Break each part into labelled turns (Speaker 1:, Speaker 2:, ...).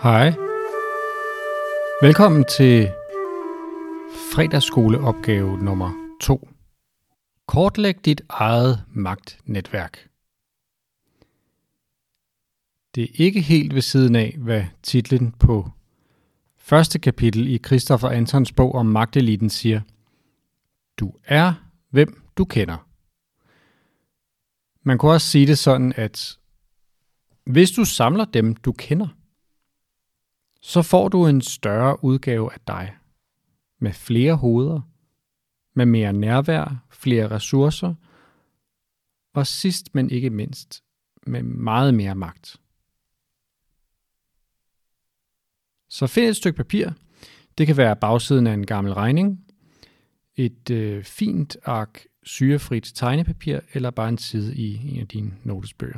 Speaker 1: Hej. Velkommen til fredagsskoleopgave nummer 2. Kortlæg dit eget magtnetværk. Det er ikke helt ved siden af, hvad titlen på første kapitel i Christopher Antons bog om magteliten siger. Du er, hvem du kender. Man kunne også sige det sådan, at hvis du samler dem, du kender, så får du en større udgave af dig, med flere hoveder, med mere nærvær, flere ressourcer, og sidst, men ikke mindst, med meget mere magt. Så find et stykke papir. Det kan være bagsiden af en gammel regning, et fint ark syrefrit tegnepapir, eller bare en side i en af dine notesbøger.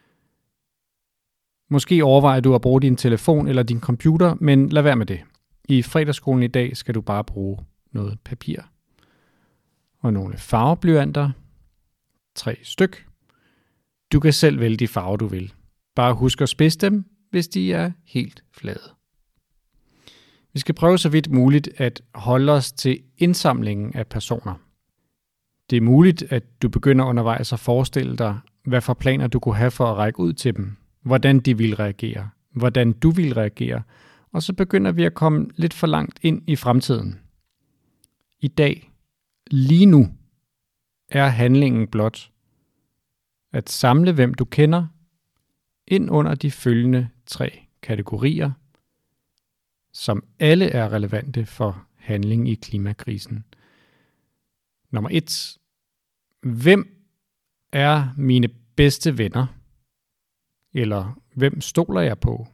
Speaker 1: Måske overvejer du at bruge din telefon eller din computer, men lad være med det. I fredagsskolen i dag skal du bare bruge noget papir. Og nogle farveblyanter. 3 styk. Du kan selv vælge de farver, du vil. Bare husk at spidse dem, hvis de er helt flade. Vi skal prøve så vidt muligt at holde os til indsamlingen af personer. Det er muligt, at du begynder undervejs at forestille dig, hvad for planer du kunne have for at række ud til dem. Hvordan de vil reagere, hvordan du vil reagere, og så begynder vi at komme lidt for langt ind i fremtiden. I dag, lige nu, er handlingen blot at samle, hvem du kender, ind under de følgende 3 kategorier, som alle er relevante for handling i klimakrisen. Nummer 1. Hvem er mine bedste venner? Eller hvem stoler jeg på?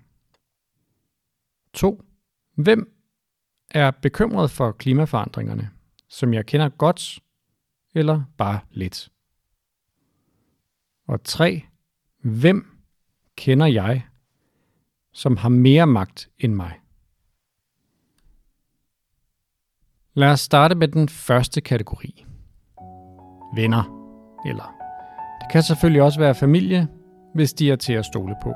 Speaker 1: 2. Hvem er bekymret for klimaforandringerne, som jeg kender godt eller bare lidt? Og 3. Hvem kender jeg, som har mere magt end mig? Lad os starte med den første kategori. Venner. Eller det kan selvfølgelig også være familie, hvis de er til at stole på.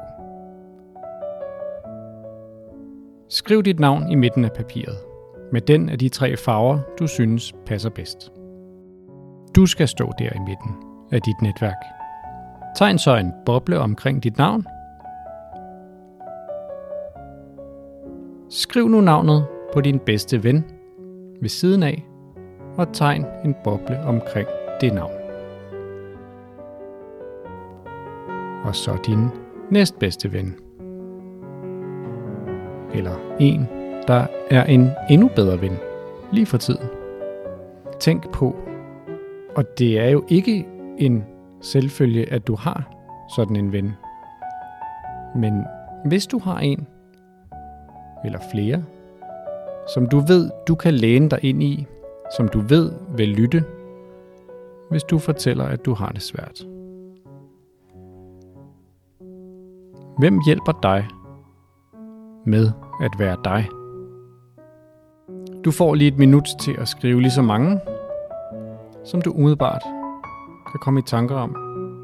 Speaker 1: Skriv dit navn i midten af papiret, med den af de 3 farver, du synes passer bedst. Du skal stå der i midten af dit netværk. Tegn så en boble omkring dit navn. Skriv nu navnet på din bedste ven ved siden af, og tegn en boble omkring det navn. Og så din næstbedste ven. Eller en, der er en endnu bedre ven lige for tiden. Tænk på, og det er jo ikke en selvfølge, at du har sådan en ven. Men hvis du har en, eller flere, som du ved, du kan læne dig ind i, som du ved vil lytte, hvis du fortæller, at du har det svært. Hvem hjælper dig med at være dig? Du får lige et minut til at skrive lige så mange, som du umiddelbart kan komme i tanker om.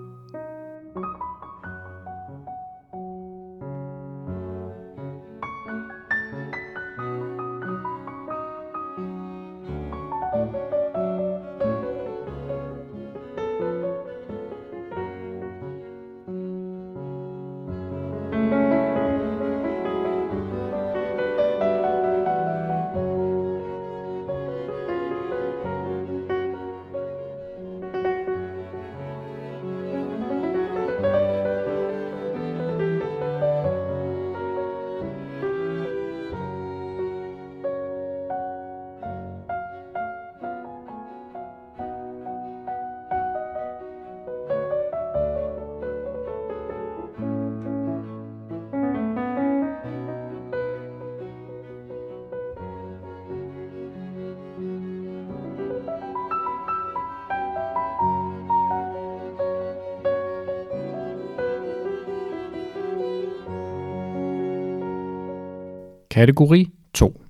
Speaker 1: Kategori 2.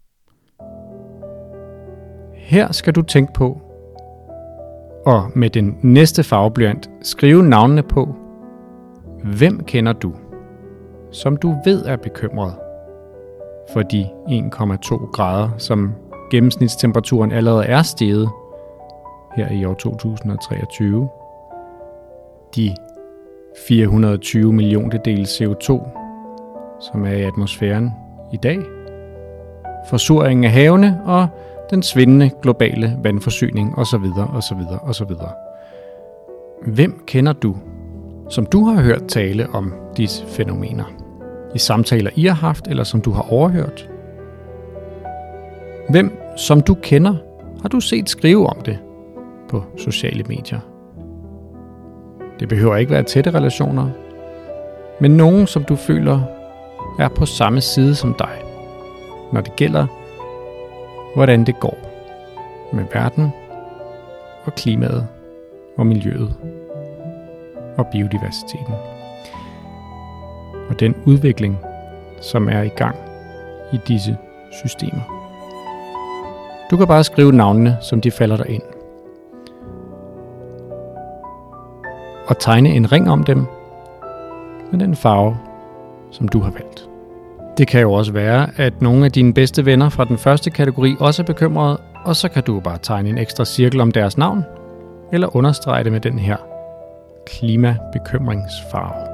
Speaker 1: Her skal du tænke på, og med den næste farveblyant skrive navnene på, hvem kender du, som du ved er bekymret for de 1,2 grader, som gennemsnitstemperaturen allerede er steget her i år 2023. De 420 milliontedele CO2, som er i atmosfæren i dag. Forsuringen af havene og den svindende globale vandforsyning osv. osv. osv. Hvem kender du, som du har hørt tale om disse fænomener? I samtaler, I har haft, eller som du har overhørt? Hvem, som du kender, har du set skrive om det på sociale medier? Det behøver ikke være tætte relationer, men nogen, som du føler er på samme side som dig, når det gælder, hvordan det går med verden og klimaet og miljøet og biodiversiteten. Og den udvikling, som er i gang i disse systemer. Du kan bare skrive navnene, som de falder dig ind. Og tegne en ring om dem med den farve, som du har valgt. Det kan jo også være, at nogle af dine bedste venner fra den første kategori også er bekymrede, og så kan du bare tegne en ekstra cirkel om deres navn, eller understrege det med den her klimabekymringsfarve.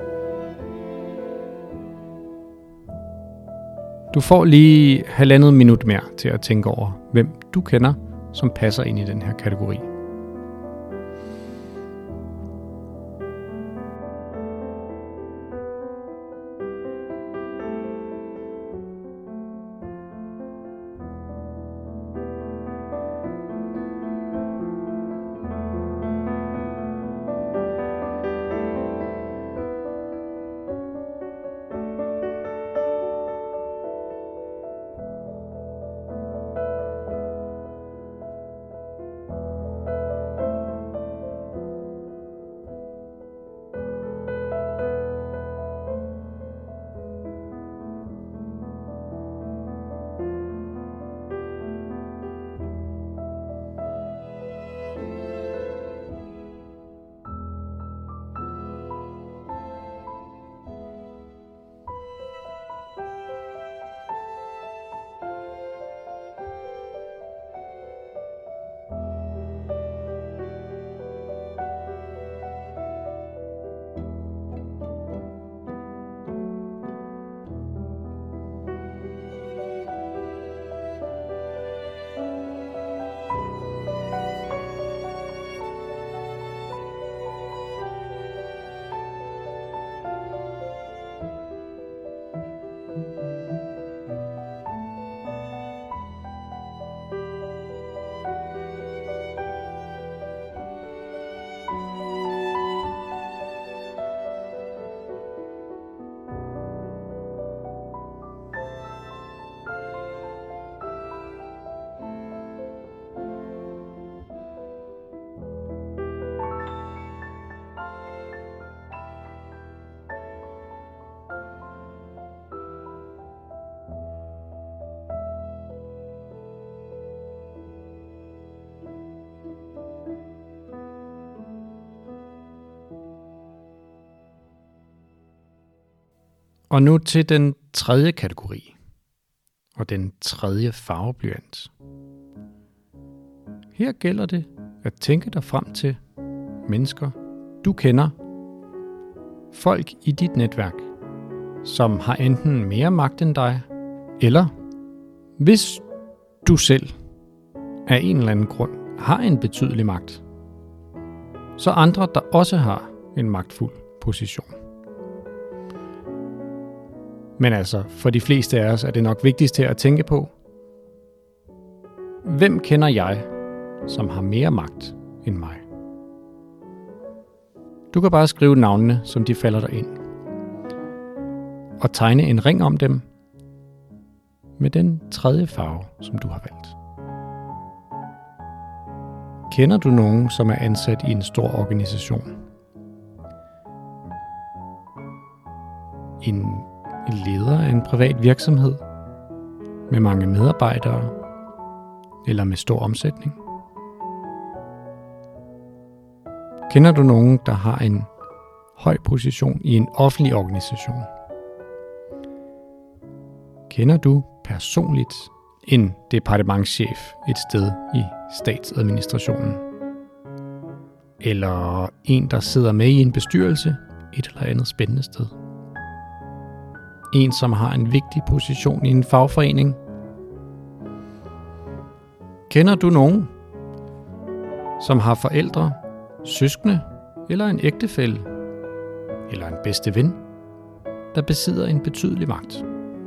Speaker 1: Du får lige 1,5 minut mere til at tænke over, hvem du kender, som passer ind i den her kategori. Og nu til den tredje kategori, og den tredje farveblyant. Her gælder det at tænke dig frem til mennesker, du kender, folk i dit netværk, som har enten mere magt end dig, eller hvis du selv af en eller anden grund har en betydelig magt, så andre, der også har en magtfuld position. Men altså, for de fleste af os er det nok vigtigst at tænke på, hvem kender jeg, som har mere magt end mig? Du kan bare skrive navnene, som de falder dig ind, og tegne en ring om dem med den tredje farve, som du har valgt. Kender du nogen, som er ansat i en stor organisation? En leder af en privat virksomhed med mange medarbejdere eller med stor omsætning? Kender du nogen, der har en høj position i en offentlig organisation? Kender du personligt en departementschef et sted i statsadministrationen? Eller en, der sidder med i en bestyrelse et eller andet spændende sted? En, som har en vigtig position i en fagforening? Kender du nogen, som har forældre, søskende eller en ægtefælle eller en bedste ven, der besidder en betydelig magt?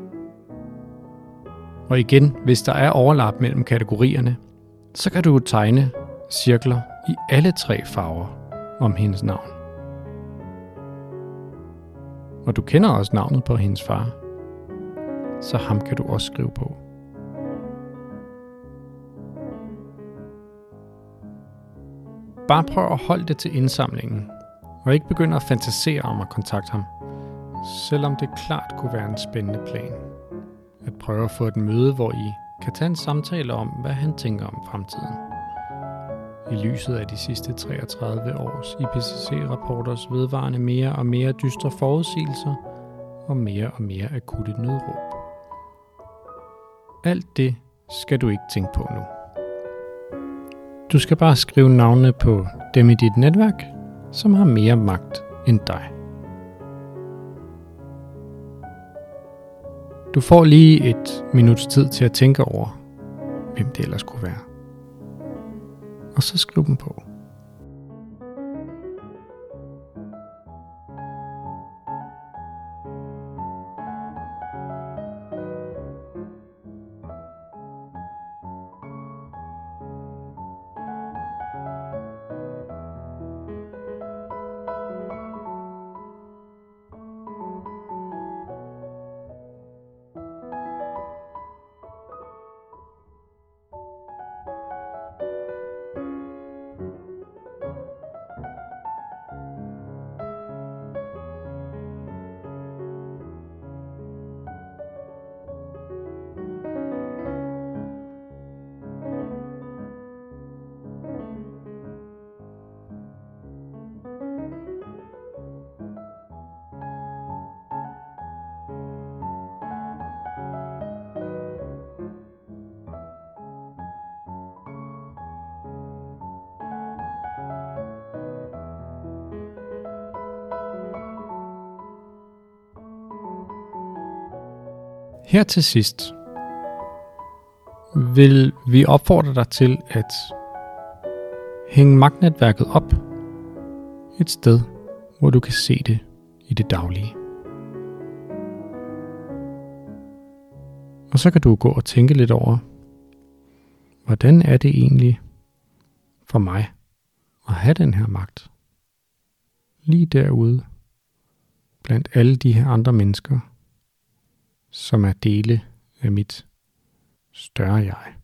Speaker 1: Og igen, hvis der er overlap mellem kategorierne, så kan du tegne cirkler i alle 3 farver om hendes navn. Og du kender også navnet på hendes far, så ham kan du også skrive på. Bare prøv at holde det til indsamlingen, og ikke begynde at fantasere om at kontakte ham, selvom det klart kunne være en spændende plan. At prøve at få et møde, hvor I kan tage en samtale om, hvad han tænker om fremtiden. I lyset af de sidste 33 års IPCC-rapporters vedvarende mere og mere dystre forudsigelser og mere akutte nødråb. Alt det skal du ikke tænke på nu. Du skal bare skrive navnene på dem i dit netværk, som har mere magt end dig. Du får lige et minuts tid til at tænke over, hvem det ellers kunne være. Og så skriv dem på. Her til sidst vil vi opfordre dig til at hænge magtnetværket op et sted, hvor du kan se det i det daglige. Og så kan du gå og tænke lidt over, hvordan er det egentlig for mig at have den her magt? Lige derude, blandt alle de her andre mennesker, som er dele af mit større jeg.